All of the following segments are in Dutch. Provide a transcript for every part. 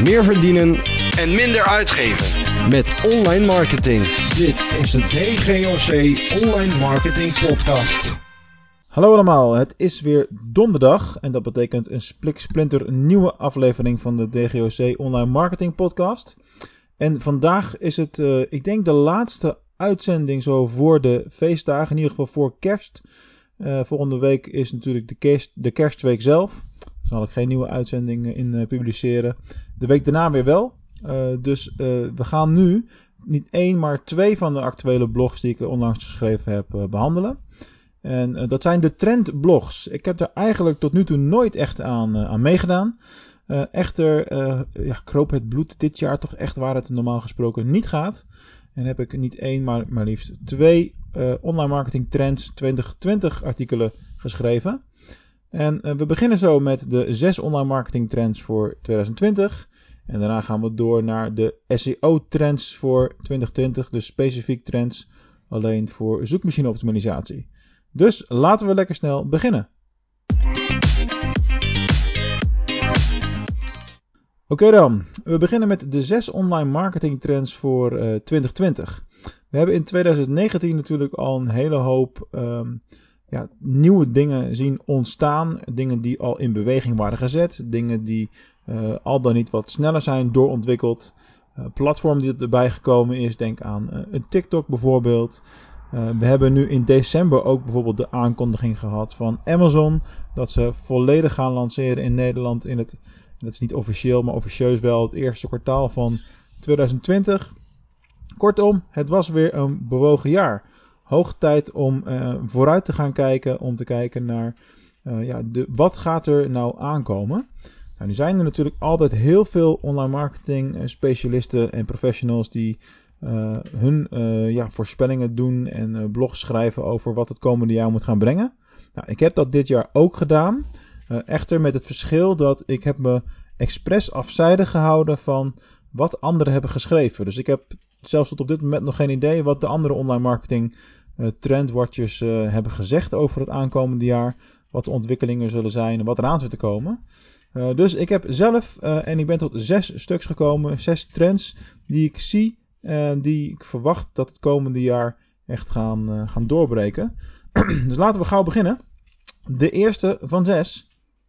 meer verdienen en minder uitgeven met online marketing. Dit is de DGOC Online Marketing Podcast. Hallo allemaal, het is weer donderdag en dat betekent een splinter nieuwe aflevering van de DGOC Online Marketing Podcast. En vandaag is het, ik denk de laatste uitzending zo voor de feestdagen, in ieder geval voor kerst. Volgende week is natuurlijk de kerstweek zelf. Daar zal ik geen nieuwe uitzendingen in publiceren. De week daarna weer wel. Dus we gaan nu niet 1, maar 2 van de actuele blogs die ik onlangs geschreven heb behandelen. En dat zijn de trendblogs. Ik heb er eigenlijk tot nu toe nooit echt aan meegedaan. Echter kroop het bloed dit jaar toch echt waar het normaal gesproken niet gaat. En heb ik niet 1, maar liefst 2 online marketing trends 2020 artikelen geschreven. En we beginnen zo met de 6 online marketing trends voor 2020. En daarna gaan we door naar de SEO trends voor 2020. Dus specifiek trends alleen voor zoekmachine optimalisatie. Dus laten we lekker snel beginnen. Oké dan, we beginnen met de 6 online marketing trends voor 2020. We hebben in 2019 natuurlijk al een hele hoop nieuwe dingen zien ontstaan. Dingen die al in beweging waren gezet. Dingen die al dan niet wat sneller zijn doorontwikkeld. Platform die erbij gekomen is, denk aan een TikTok bijvoorbeeld. We hebben nu in december ook bijvoorbeeld de aankondiging gehad van Amazon. Dat ze volledig gaan lanceren in Nederland in het, dat is niet officieel, maar officieus wel, het eerste kwartaal van 2020. Kortom, het was weer een bewogen jaar. Hoog tijd om vooruit te gaan kijken, om te kijken naar wat gaat er nou aankomen. Nou, nu zijn er natuurlijk altijd heel veel online marketing specialisten en professionals die hun voorspellingen doen en blogs schrijven over wat het komende jaar moet gaan brengen. Nou, ik heb dat dit jaar ook gedaan. Echter met het verschil dat ik heb me expres afzijdig gehouden van wat anderen hebben geschreven. Dus ik heb zelfs tot op dit moment nog geen idee wat de andere online marketing trendwatchers hebben gezegd over het aankomende jaar. Wat de ontwikkelingen zullen zijn en wat eraan zit te komen. Dus ik heb zelf, en ik ben tot 6 stuks gekomen, 6 trends die ik zie. Die ik verwacht dat het komende jaar echt gaan doorbreken. Dus laten we gauw beginnen. De eerste van 6.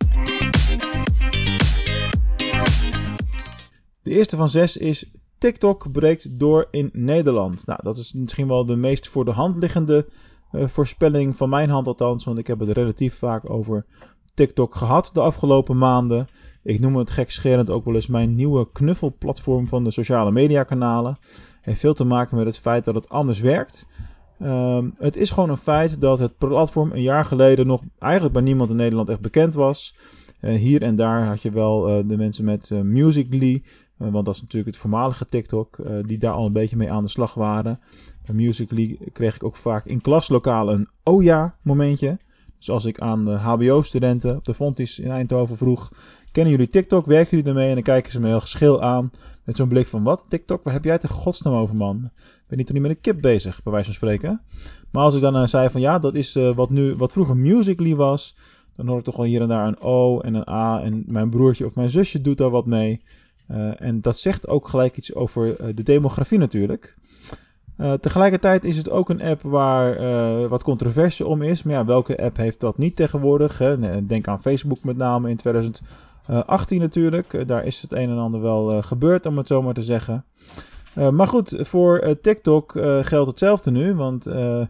De eerste van 6 is TikTok breekt door in Nederland. Nou, dat is misschien wel de meest voor de hand liggende voorspelling van mijn hand althans. Want ik heb het relatief vaak over TikTok gehad de afgelopen maanden. Ik noem het gekscherend ook wel eens mijn nieuwe knuffelplatform van de sociale mediakanalen. Heeft veel te maken met het feit dat het anders werkt. Het is gewoon een feit dat het platform een jaar geleden nog eigenlijk bij niemand in Nederland echt bekend was. Hier en daar had je wel de mensen met Musical.ly, want dat is natuurlijk het voormalige TikTok, die daar al een beetje mee aan de slag waren. Bij Musical.ly kreeg ik ook vaak in klaslokalen een oh ja momentje. Dus als ik aan de hbo-studenten op de Fontys in Eindhoven vroeg, kennen jullie TikTok, werken jullie ermee? En dan kijken ze me heel geschil aan met zo'n blik van, wat? TikTok, waar heb jij het in godsnaam over, man? Ben je toch niet met een kip bezig, bij wijze van spreken? Maar als ik dan zei van, ja, dat is wat vroeger Musical.ly was, dan hoor ik toch wel hier en daar een O en een A en mijn broertje of mijn zusje doet daar wat mee. En dat zegt ook gelijk iets over de demografie natuurlijk. Tegelijkertijd is het ook een app waar wat controverse om is. Maar ja, welke app heeft dat niet tegenwoordig? Hè? Denk aan Facebook met name in 2018 natuurlijk. Daar is het een en ander wel gebeurd, om het zo maar te zeggen. Maar goed, voor TikTok geldt hetzelfde nu. Want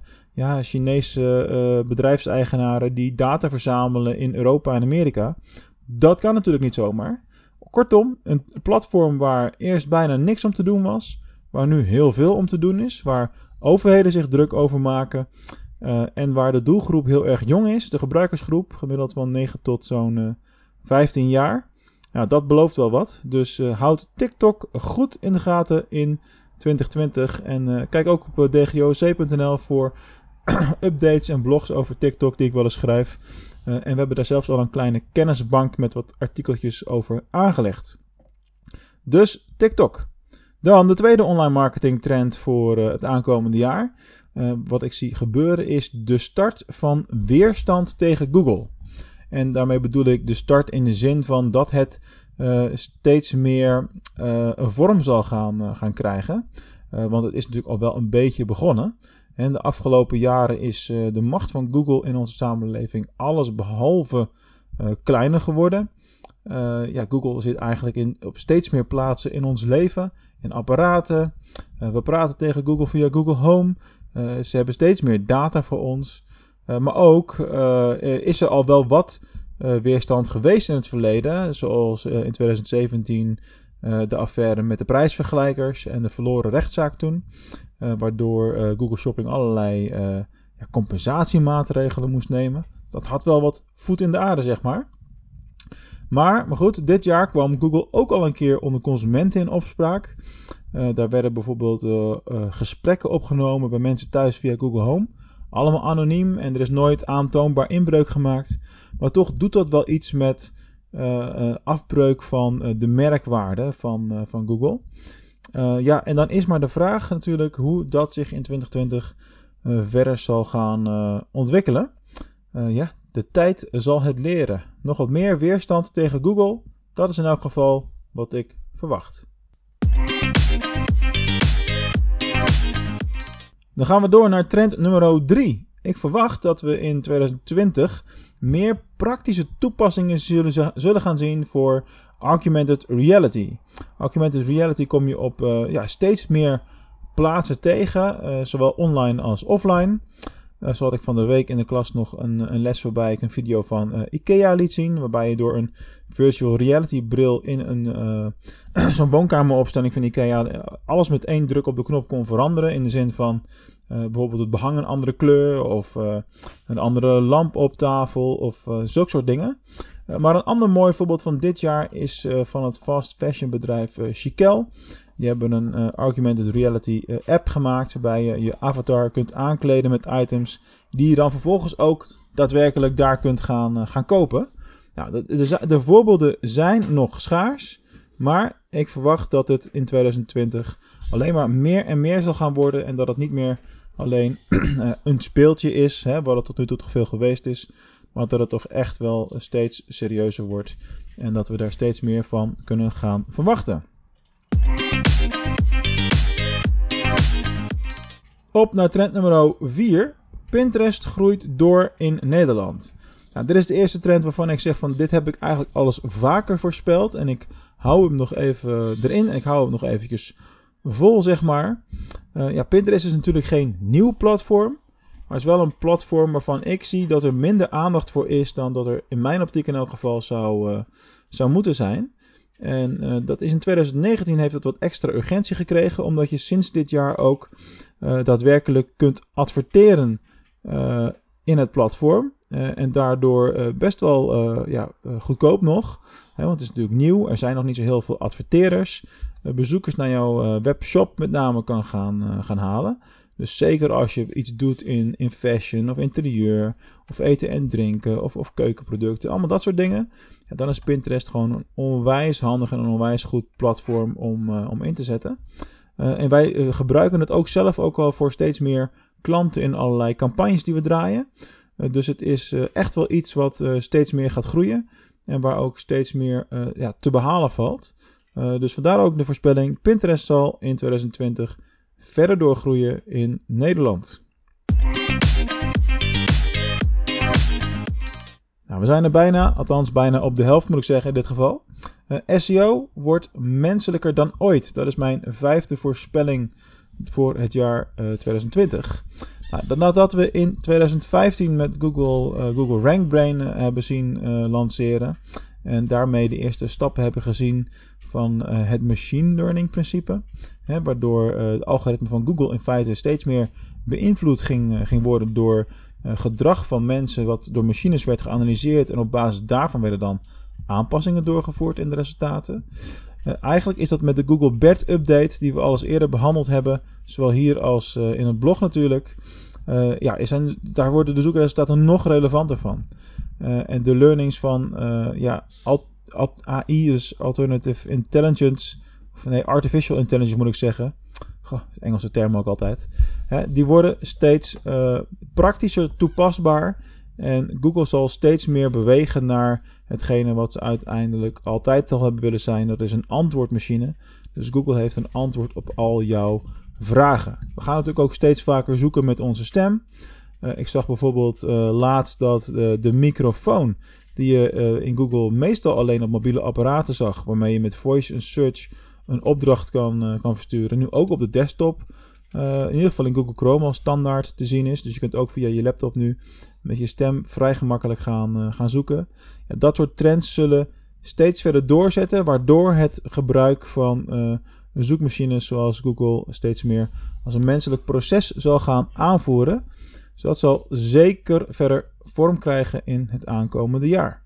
Chinese bedrijfseigenaren die data verzamelen in Europa en Amerika. Dat kan natuurlijk niet zomaar. Kortom, een platform waar eerst bijna niks om te doen was. Waar nu heel veel om te doen is. Waar overheden zich druk over maken. En waar de doelgroep heel erg jong is. De gebruikersgroep gemiddeld van 9 tot zo'n 15 jaar. Nou, dat belooft wel wat. Dus houd TikTok goed in de gaten in 2020. En kijk ook op dgoc.nl voor updates en blogs over TikTok die ik wel eens schrijf. En we hebben daar zelfs al een kleine kennisbank met wat artikeltjes over aangelegd. Dus TikTok. Dan de tweede online marketing trend voor het aankomende jaar. Wat ik zie gebeuren is de start van weerstand tegen Google. En daarmee bedoel ik de start in de zin van dat het steeds meer een vorm zal gaan krijgen. Want het is natuurlijk al wel een beetje begonnen. En de afgelopen jaren is de macht van Google in onze samenleving alles behalve kleiner geworden. Google zit eigenlijk op steeds meer plaatsen in ons leven, in apparaten. We praten tegen Google via Google Home. Ze hebben steeds meer data voor ons. Maar ook is er al wel wat weerstand geweest in het verleden. Zoals in 2017 de affaire met de prijsvergelijkers en de verloren rechtszaak toen. Waardoor Google Shopping allerlei compensatiemaatregelen moest nemen. Dat had wel wat voet in de aarde, zeg maar. Maar goed, dit jaar kwam Google ook al een keer onder consumenten in opspraak. Daar werden bijvoorbeeld gesprekken opgenomen bij mensen thuis via Google Home. Allemaal anoniem en er is nooit aantoonbaar inbreuk gemaakt. Maar toch doet dat wel iets met afbreuk van de merkwaarde van Google. En dan is maar de vraag natuurlijk hoe dat zich in 2020 verder zal gaan ontwikkelen. De tijd zal het leren. Nog wat meer weerstand tegen Google. Dat is in elk geval wat ik verwacht. Dan gaan we door naar trend nummer 3. Ik verwacht dat we in 2020 meer praktische toepassingen zullen gaan zien voor augmented reality. Augmented reality kom je op steeds meer plaatsen tegen, zowel online als offline. Zo had ik van de week in de klas nog een les waarbij ik een video van IKEA liet zien. Waarbij je door een virtual reality bril in zo'n woonkameropstelling van IKEA alles met één druk op de knop kon veranderen. In de zin van bijvoorbeeld het behang een andere kleur of een andere lamp op tafel of zulke soort dingen. Maar een ander mooi voorbeeld van dit jaar is van het fast fashion bedrijf Chiquel. Die hebben een augmented reality app gemaakt waarbij je je avatar kunt aankleden met items die je dan vervolgens ook daadwerkelijk daar kunt gaan kopen. Nou, de voorbeelden zijn nog schaars, maar ik verwacht dat het in 2020 alleen maar meer en meer zal gaan worden en dat het niet meer alleen een speeltje is, wat het tot nu toe toch veel geweest is, maar dat het toch echt wel steeds serieuzer wordt en dat we daar steeds meer van kunnen gaan verwachten. Op naar trend nummer 4. Pinterest groeit door in Nederland. Nou, dit is de eerste trend waarvan ik zeg van dit heb ik eigenlijk alles vaker voorspeld. En ik hou hem nog even erin. Ik hou hem nog eventjes vol, zeg maar. Pinterest is natuurlijk geen nieuw platform. Maar het is wel een platform waarvan ik zie dat er minder aandacht voor is dan dat er in mijn optiek in elk geval zou moeten zijn. En dat is in 2019 heeft het wat extra urgentie gekregen, omdat je sinds dit jaar ook daadwerkelijk kunt adverteren in het platform. En daardoor best wel goedkoop nog. Want het is natuurlijk nieuw, er zijn nog niet zo heel veel adverteerders. Bezoekers naar jouw webshop met name kan gaan halen. Dus zeker als je iets doet in fashion of interieur of eten en drinken of keukenproducten, allemaal dat soort dingen. Ja, dan is Pinterest gewoon een onwijs handig en een onwijs goed platform om in te zetten. En wij gebruiken het ook zelf ook al voor steeds meer klanten in allerlei campagnes die we draaien. Dus het is echt wel iets wat steeds meer gaat groeien en waar ook steeds meer te behalen valt. Dus vandaar ook de voorspelling: Pinterest zal in 2020 verder doorgroeien in Nederland. Nou, we zijn er bijna, althans bijna op de helft moet ik zeggen in dit geval. SEO wordt menselijker dan ooit. Dat is mijn 5e voorspelling voor het jaar 2020. Nou, nadat we in 2015 met Google RankBrain hebben zien lanceren en daarmee de eerste stappen hebben gezien van het machine learning principe. Waardoor het algoritme van Google in feite steeds meer beïnvloed ging worden door gedrag van mensen wat door machines werd geanalyseerd en op basis daarvan werden dan aanpassingen doorgevoerd in de resultaten. Eigenlijk is dat met de Google BERT update die we al eens eerder behandeld hebben, zowel hier als in het blog natuurlijk. Daar worden de zoekresultaten nog relevanter van. En de learnings van AI, dus Alternative Intelligence, Artificial Intelligence moet ik zeggen. Engelse term ook altijd. Die worden steeds praktischer toepasbaar En Google zal steeds meer bewegen naar hetgene wat ze uiteindelijk altijd al hebben willen zijn. Dat is een antwoordmachine. Dus Google heeft een antwoord op al jouw vragen. We gaan natuurlijk ook steeds vaker zoeken met onze stem. Ik zag bijvoorbeeld laatst dat de microfoon die je in Google meestal alleen op mobiele apparaten zag, waarmee je met voice search een opdracht kan versturen, nu ook op de desktop, in ieder geval in Google Chrome al standaard te zien is. Dus je kunt ook via je laptop nu met je stem vrij gemakkelijk gaan zoeken. Ja, dat soort trends zullen steeds verder doorzetten, waardoor het gebruik van zoekmachines zoals Google steeds meer als een menselijk proces zal gaan aanvoeren. Dus dat zal zeker verder vorm krijgen in het aankomende jaar.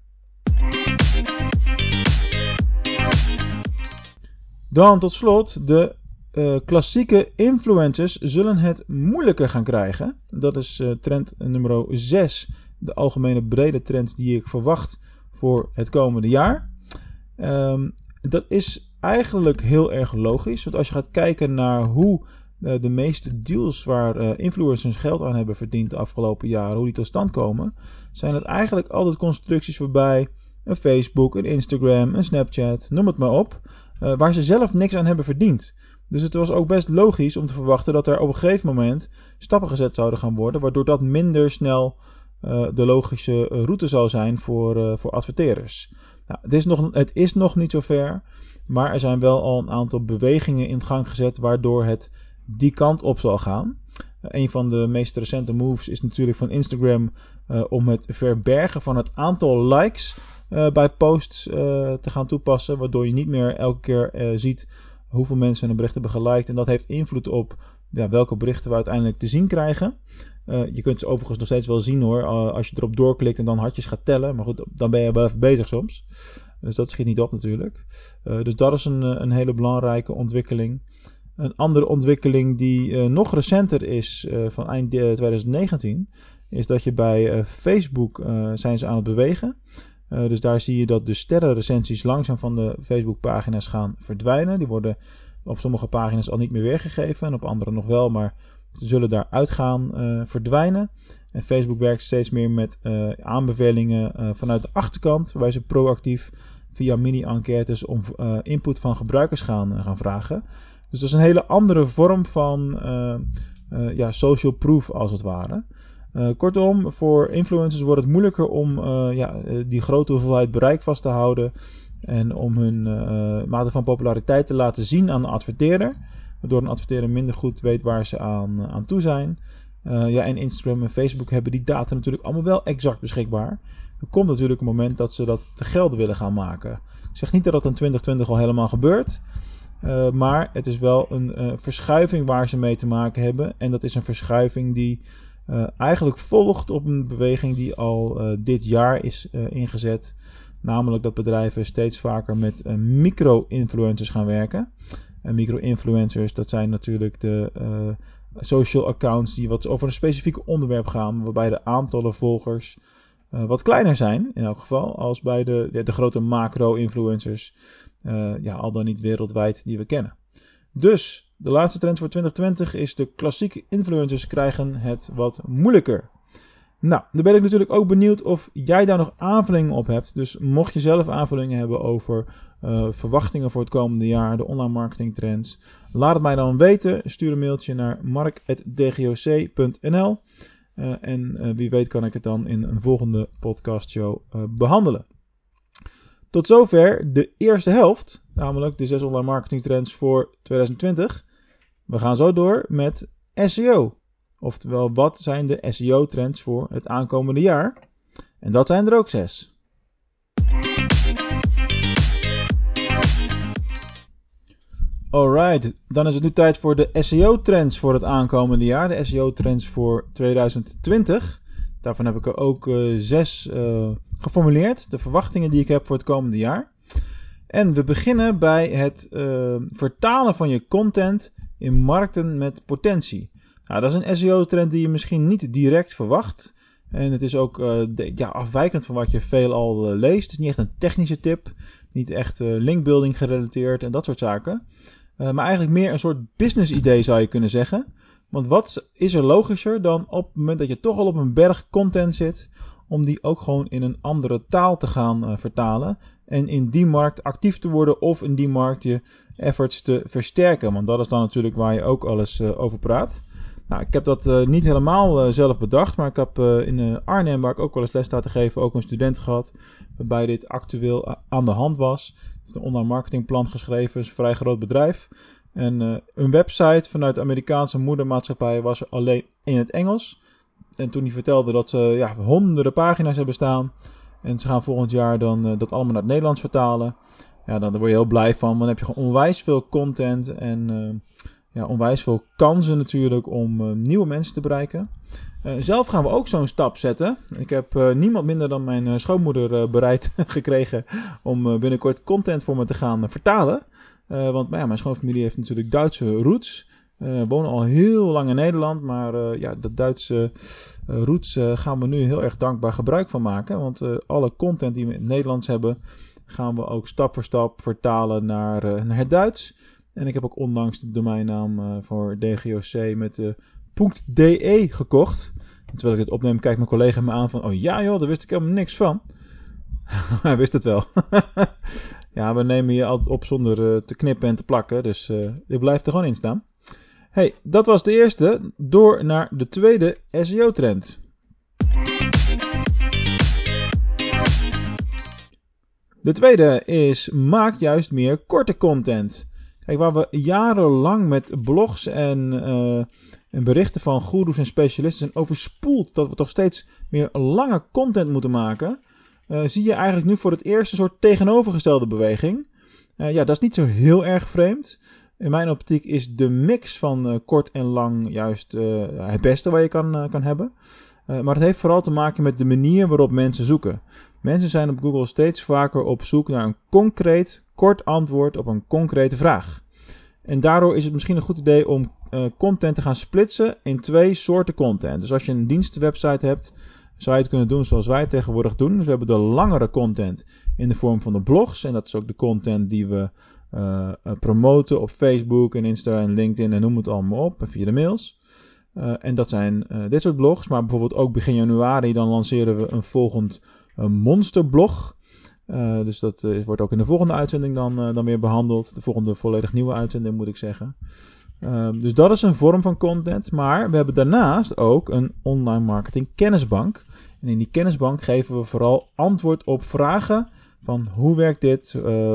Dan tot slot, de klassieke influencers zullen het moeilijker gaan krijgen. Dat is trend nummer 6, de algemene brede trend die ik verwacht voor het komende jaar. Dat is eigenlijk heel erg logisch, want als je gaat kijken naar hoe de meeste deals waar influencers geld aan hebben verdiend de afgelopen jaren, hoe die tot stand komen, zijn het eigenlijk altijd constructies waarbij een Facebook, een Instagram, een Snapchat, noem het maar op, waar ze zelf niks aan hebben verdiend. Dus het was ook best logisch om te verwachten dat er op een gegeven moment stappen gezet zouden gaan worden, waardoor dat minder snel de logische route zou zijn voor adverteerders. Nou, het is nog niet zo ver, maar er zijn wel al een aantal bewegingen in gang gezet waardoor het die kant op zal gaan. Een van de meest recente moves is natuurlijk van Instagram om het verbergen van het aantal likes bij posts te gaan toepassen, waardoor je niet meer elke keer ziet hoeveel mensen een bericht hebben geliked. En dat heeft invloed op welke berichten we uiteindelijk te zien krijgen. Je kunt ze overigens nog steeds wel zien hoor, als je erop doorklikt en dan hartjes gaat tellen. Maar goed, dan ben je wel even bezig soms. Dus dat schiet niet op natuurlijk. Dus dat is een hele belangrijke ontwikkeling. Een andere ontwikkeling die nog recenter is van eind 2019... is dat je bij Facebook zijn ze aan het bewegen. Dus daar zie je dat de sterrenrecensies langzaam van de Facebook-pagina's gaan verdwijnen. Die worden op sommige pagina's al niet meer weergegeven en op andere nog wel, maar ze zullen daaruit gaan verdwijnen. En Facebook werkt steeds meer met aanbevelingen vanuit de achterkant, waarbij ze proactief via mini-enquêtes om input van gebruikers gaan vragen. Dus dat is een hele andere vorm van social proof als het ware. Kortom, voor influencers wordt het moeilijker om die grote hoeveelheid bereik vast te houden en om hun mate van populariteit te laten zien aan de adverteerder, waardoor een adverteerder minder goed weet waar ze aan toe zijn. En Instagram en Facebook hebben die data natuurlijk allemaal wel exact beschikbaar. Er komt natuurlijk een moment dat ze dat te gelde willen gaan maken. Ik zeg niet dat dat in 2020 al helemaal gebeurt, maar het is wel een verschuiving waar ze mee te maken hebben. En dat is een verschuiving die eigenlijk volgt op een beweging die al dit jaar is ingezet. Namelijk dat bedrijven steeds vaker met micro-influencers gaan werken. En micro-influencers, dat zijn natuurlijk de social accounts die wat over een specifiek onderwerp gaan, waarbij de aantallen volgers wat kleiner zijn, in elk geval, als bij de grote macro-influencers, al dan niet wereldwijd, die we kennen. Dus, de laatste trend voor 2020 is de klassieke influencers krijgen het wat moeilijker. Nou, dan ben ik natuurlijk ook benieuwd of jij daar nog aanvullingen op hebt. Dus mocht je zelf aanvullingen hebben over verwachtingen voor het komende jaar, de online marketing trends, laat het mij dan weten. Stuur een mailtje naar mark@dgoc.nl en wie weet kan ik het dan in een volgende podcastshow behandelen. Tot zover de eerste helft, namelijk de 6 online marketing trends voor 2020. We gaan zo door met SEO. Oftewel, wat zijn de SEO trends voor het aankomende jaar? En dat zijn er ook 6. Alright, dan is het nu tijd voor de SEO trends voor het aankomende jaar. De SEO trends voor 2020. Daarvan heb ik er ook 6 geformuleerd. De verwachtingen die ik heb voor het komende jaar. En we beginnen bij het vertalen van je content in markten met potentie. Nou, dat is een SEO-trend die je misschien niet direct verwacht. En het is ook afwijkend van wat je veelal leest. Het is niet echt een technische tip. Niet echt linkbuilding gerelateerd en dat soort zaken. Maar eigenlijk meer een soort business idee zou je kunnen zeggen. Want wat is er logischer dan op het moment dat je toch al op een berg content zit, om die ook gewoon in een andere taal te gaan vertalen. En in die markt actief te worden of in die markt je efforts te versterken. Want dat is dan natuurlijk waar je ook alles over praat. Nou, ik heb dat niet helemaal zelf bedacht, maar ik heb in Arnhem, waar ik ook wel eens les sta te geven, ook een student gehad waarbij dit actueel aan de hand was. Hij heeft een online marketingplan geschreven, is een vrij groot bedrijf. En een website vanuit de Amerikaanse moedermaatschappij was er alleen in het Engels. En toen hij vertelde dat ze honderden pagina's hebben staan en ze gaan volgend jaar dan dat allemaal naar het Nederlands vertalen. Ja, dan word je heel blij van. Dan heb je gewoon onwijs veel content en onwijs veel kansen natuurlijk om nieuwe mensen te bereiken. Zelf gaan we ook zo'n stap zetten. Ik heb niemand minder dan mijn schoonmoeder bereid gekregen om binnenkort content voor me te gaan vertalen. Want mijn schoonfamilie heeft natuurlijk Duitse roots. Wonen al heel lang in Nederland, maar dat Duitse roots gaan we nu heel erg dankbaar gebruik van maken. Want alle content die we in het Nederlands hebben, gaan we ook stap voor stap vertalen naar het Duits. En ik heb ook onlangs de domeinnaam voor DGOC met .de gekocht. En terwijl ik dit opneem, kijkt mijn collega me aan van, oh ja joh, daar wist ik helemaal niks van. Hij wist het wel. Ja, we nemen je altijd op zonder te knippen en te plakken, dus dit blijft er gewoon in staan. Hey, dat was de eerste. Door naar de tweede SEO-trend. De tweede is, maak juist meer korte content. Kijk, waar we jarenlang met blogs en berichten van goeroes en specialisten zijn overspoeld dat we toch steeds meer lange content moeten maken, zie je eigenlijk nu voor het eerst een soort tegenovergestelde beweging. Dat is niet zo heel erg vreemd. In mijn optiek is de mix van kort en lang juist het beste wat je kan hebben. Maar het heeft vooral te maken met de manier waarop mensen zoeken. Mensen zijn op Google steeds vaker op zoek naar een concreet, kort antwoord op een concrete vraag. En daardoor is het misschien een goed idee om content te gaan splitsen in 2 soorten content. Dus als je een dienstenwebsite hebt, zou je het kunnen doen zoals wij het tegenwoordig doen. Dus we hebben de langere content in de vorm van de blogs. En dat is ook de content die we promoten op Facebook en Insta en LinkedIn en noem het allemaal op. En via de mails. En dat zijn dit soort blogs. Maar bijvoorbeeld ook begin januari dan lanceren we een volgend monsterblog. Dus dat wordt ook in de volgende uitzending dan weer behandeld. De volgende volledig nieuwe uitzending moet ik zeggen. Dus dat is een vorm van content. Maar we hebben daarnaast ook een online marketing kennisbank. En in die kennisbank geven we vooral antwoord op vragen van hoe werkt dit?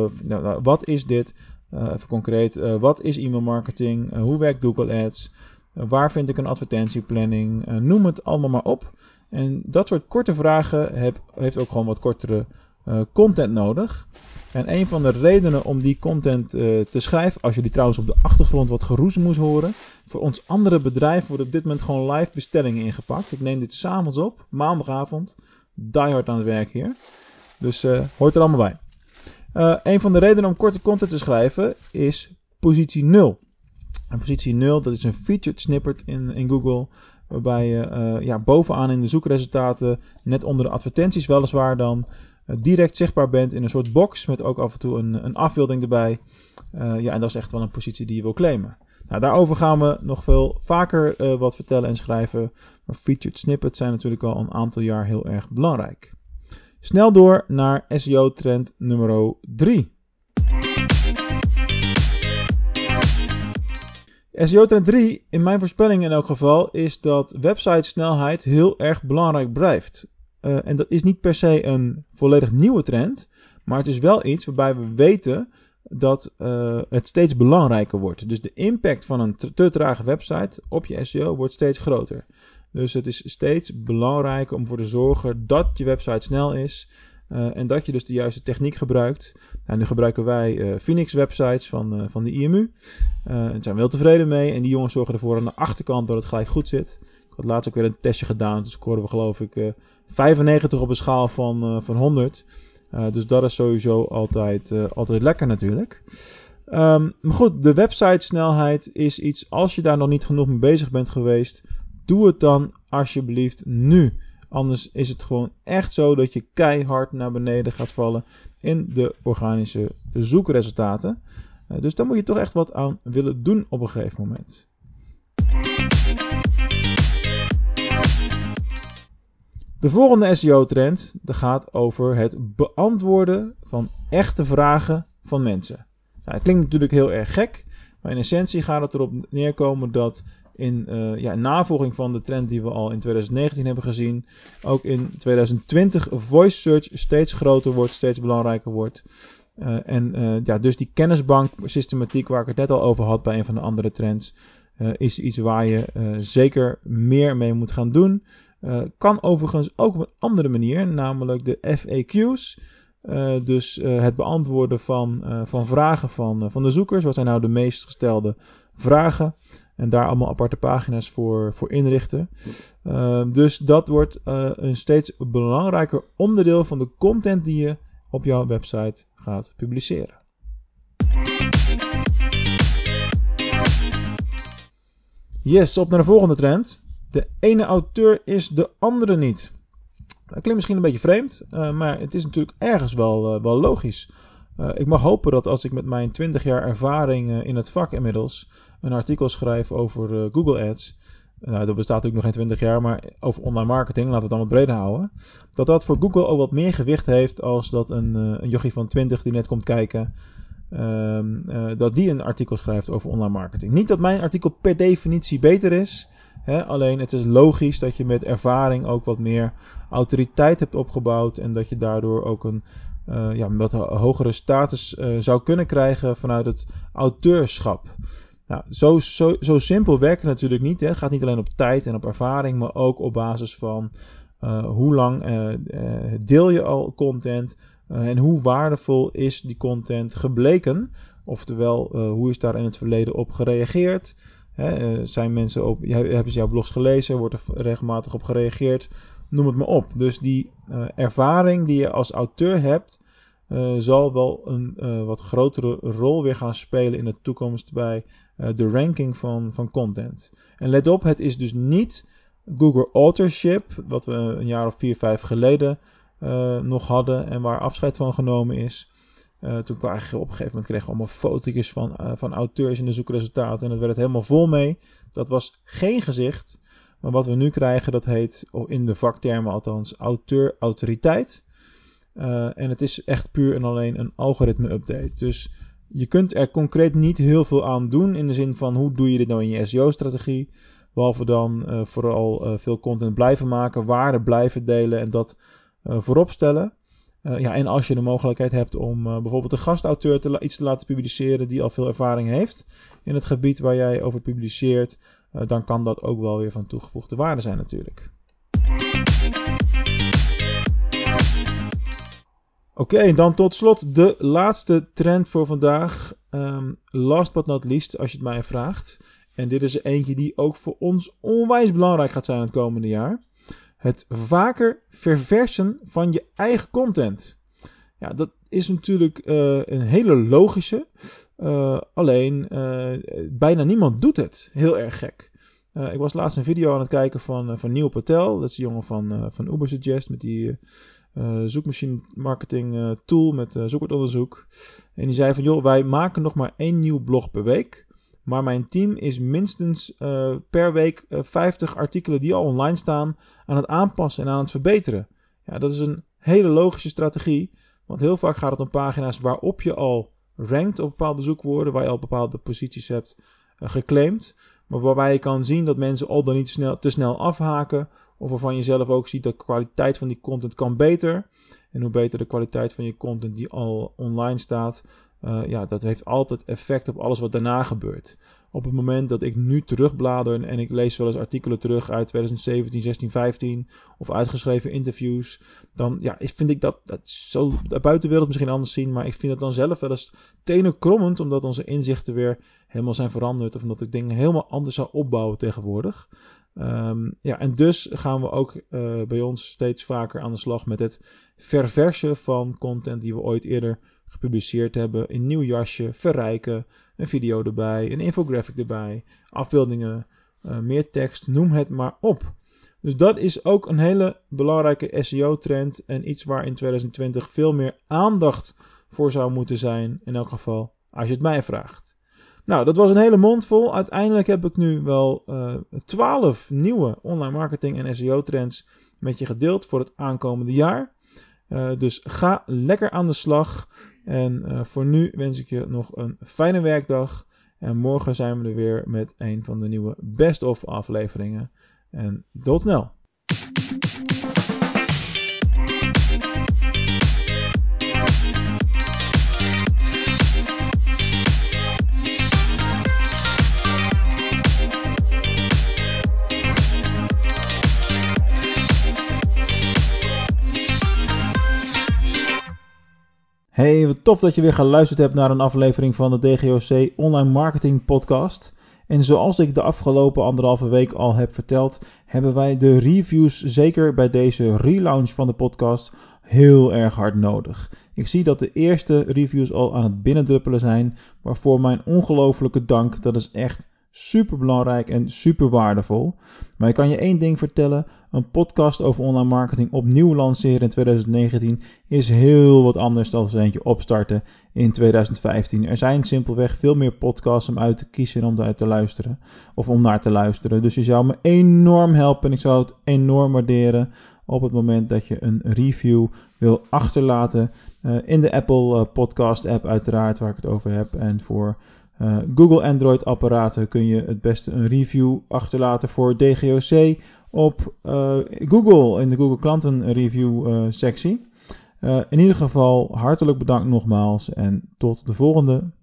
Wat is dit? Even concreet, wat is e-mail marketing? Hoe werkt Google Ads? Waar vind ik een advertentieplanning? Noem het allemaal maar op. En dat soort korte vragen heeft ook gewoon wat kortere content nodig. En een van de redenen om die content te schrijven, als jullie trouwens op de achtergrond wat geroezemoes horen, voor ons andere bedrijf worden op dit moment gewoon live bestellingen ingepakt. Ik neem dit 's avonds op, maandagavond, die hard aan het werk hier. Dus hoort er allemaal bij. Een van de redenen om korte content te schrijven is positie 0. En positie 0, dat is een featured snippet in Google, waarbij je bovenaan in de zoekresultaten, net onder de advertenties weliswaar dan, direct zichtbaar bent in een soort box met ook af en toe een afbeelding erbij. En dat is echt wel een positie die je wil claimen. Nou, daarover gaan we nog veel vaker wat vertellen en schrijven. Maar featured snippets zijn natuurlijk al een aantal jaar heel erg belangrijk. Snel door naar SEO-trend nummer 3. SEO-trend 3, in mijn voorspelling in elk geval, is dat websitesnelheid heel erg belangrijk blijft. En dat is niet per se een volledig nieuwe trend, maar het is wel iets waarbij we weten dat het steeds belangrijker wordt. Dus de impact van een te trage website op je SEO wordt steeds groter. Dus het is steeds belangrijker om ervoor te zorgen dat je website snel is en dat je dus de juiste techniek gebruikt. Nou, nu gebruiken wij Phoenix websites van de IMU. Daar zijn we heel tevreden mee en die jongens zorgen ervoor aan de achterkant dat het gelijk goed zit. Ik had laatst ook weer een testje gedaan, toen scoren we geloof ik 95 op een schaal van 100. Dus dat is sowieso altijd lekker natuurlijk. Maar goed, de websitesnelheid is iets, als je daar nog niet genoeg mee bezig bent geweest, doe het dan alsjeblieft nu. Anders is het gewoon echt zo dat je keihard naar beneden gaat vallen in de organische zoekresultaten. Dus daar moet je toch echt wat aan willen doen op een gegeven moment. De volgende SEO-trend gaat over het beantwoorden van echte vragen van mensen. Nou, het klinkt natuurlijk heel erg gek, maar in essentie gaat het erop neerkomen dat in navolging van de trend die we al in 2019 hebben gezien, ook in 2020 voice search steeds groter wordt, steeds belangrijker wordt. Dus die kennisbank-systematiek waar ik het net al over had bij een van de andere trends, is iets waar je zeker meer mee moet gaan doen. Kan overigens ook op een andere manier, namelijk de FAQ's. Het beantwoorden van vragen van de zoekers. Wat zijn nou de meest gestelde vragen? En daar allemaal aparte pagina's voor inrichten. Dus dat wordt een steeds belangrijker onderdeel van de content die je op jouw website gaat publiceren. Yes, op naar de volgende trend. De ene auteur is de andere niet. Dat klinkt misschien een beetje vreemd, maar het is natuurlijk ergens wel logisch. Ik mag hopen dat als ik met mijn 20 jaar ervaring in het vak inmiddels een artikel schrijf over Google Ads, dat bestaat natuurlijk nog geen 20 jaar, maar over online marketing, laten we het allemaal breder houden, dat voor Google ook wat meer gewicht heeft als dat een jochie van 20 die net komt kijken, dat die een artikel schrijft over online marketing. Niet dat mijn artikel per definitie beter is, alleen het is logisch dat je met ervaring ook wat meer autoriteit hebt opgebouwd en dat je daardoor ook een wat hogere status zou kunnen krijgen vanuit het auteurschap. Nou, zo simpel werkt het natuurlijk niet. Het gaat niet alleen op tijd en op ervaring, maar ook op basis van hoe lang deel je al content en hoe waardevol is die content gebleken. Oftewel, hoe is daar in het verleden op gereageerd? Zijn mensen hebben ze jouw blogs gelezen? Wordt er regelmatig op gereageerd? Noem het maar op. Dus die ervaring die je als auteur hebt, zal wel een wat grotere rol weer gaan spelen in de toekomst bij de ranking van content. En let op, het is dus niet Google Authorship, wat we een jaar of 4, 5 geleden nog hadden en waar afscheid van genomen is. Toen op een gegeven moment kregen we allemaal fotootjes van auteurs in de zoekresultaten en het werd het helemaal vol mee. Dat was geen gezicht. Maar wat we nu krijgen, dat heet in de vaktermen althans auteur-autoriteit. En het is echt puur en alleen een algoritme-update. Dus je kunt er concreet niet heel veel aan doen in de zin van hoe doe je dit nou in je SEO-strategie. Behalve dan vooral veel content blijven maken, waarde blijven delen en dat voorop stellen. En als je de mogelijkheid hebt om bijvoorbeeld een gastauteur iets te laten publiceren die al veel ervaring heeft in het gebied waar jij over publiceert, dan kan dat ook wel weer van toegevoegde waarde zijn natuurlijk. Oké, dan tot slot de laatste trend voor vandaag. Last but not least, als je het mij vraagt. En dit is er eentje die ook voor ons onwijs belangrijk gaat zijn het komende jaar. Het vaker verversen van je eigen content. Ja, dat is natuurlijk een hele logische. Alleen bijna niemand doet het. Heel erg gek. Ik was laatst een video aan het kijken van Neil Patel. Dat is de jongen van Ubersuggest met die zoekmachine marketing tool met zoekwoordonderzoek. En die zei van joh, wij maken nog maar 1 nieuw blog per week. Maar mijn team is minstens per week 50 artikelen die al online staan aan het aanpassen en aan het verbeteren. Ja, dat is een hele logische strategie. Want heel vaak gaat het om pagina's waarop je al rankt op bepaalde zoekwoorden, waar je al bepaalde posities hebt geclaimd. Maar waarbij je kan zien dat mensen al dan niet te snel afhaken. Of waarvan je zelf ook ziet dat de kwaliteit van die content kan beter. En hoe beter de kwaliteit van je content die al online staat, dat heeft altijd effect op alles wat daarna gebeurt. Op het moment dat ik nu terugblader en ik lees wel eens artikelen terug uit 2017, 16, 15 of uitgeschreven interviews, dan vind ik dat zo de buitenwereld misschien anders zien, maar ik vind het dan zelf wel eens tenenkrommend, omdat onze inzichten weer helemaal zijn veranderd of omdat ik dingen helemaal anders zou opbouwen tegenwoordig. En dus gaan we ook bij ons steeds vaker aan de slag met het verversen van content die we ooit eerder gepubliceerd hebben, in nieuw jasje, verrijken, een video erbij, een infographic erbij, afbeeldingen, meer tekst, noem het maar op. Dus dat is ook een hele belangrijke SEO-trend en iets waar in 2020 veel meer aandacht voor zou moeten zijn, in elk geval als je het mij vraagt. Nou, dat was een hele mond vol. Uiteindelijk heb ik nu wel 12 nieuwe online marketing en SEO trends met je gedeeld voor het aankomende jaar. Dus ga lekker aan de slag. En voor nu wens ik je nog een fijne werkdag. En morgen zijn we er weer met een van de nieuwe Best of afleveringen. En tot snel. Hey, wat tof dat je weer geluisterd hebt naar een aflevering van de DGOC Online Marketing Podcast. En zoals ik de afgelopen 1,5 week al heb verteld, hebben wij de reviews zeker bij deze relaunch van de podcast heel erg hard nodig. Ik zie dat de eerste reviews al aan het binnendruppelen zijn, waarvoor mijn ongelofelijke dank. Dat is echt super belangrijk en super waardevol. Maar ik kan je één ding vertellen. Een podcast over online marketing opnieuw lanceren in 2019 is heel wat anders dan eens eentje opstarten in 2015. Er zijn simpelweg veel meer podcasts om uit te kiezen en om uit te luisteren. Of om naar te luisteren. Dus je zou me enorm helpen en ik zou het enorm waarderen op het moment dat je een review wil achterlaten in de Apple Podcast app uiteraard waar ik het over heb. En voor Google Android apparaten kun je het beste een review achterlaten voor DGOC op Google in de Google klanten review sectie. In ieder geval hartelijk bedankt nogmaals en tot de volgende.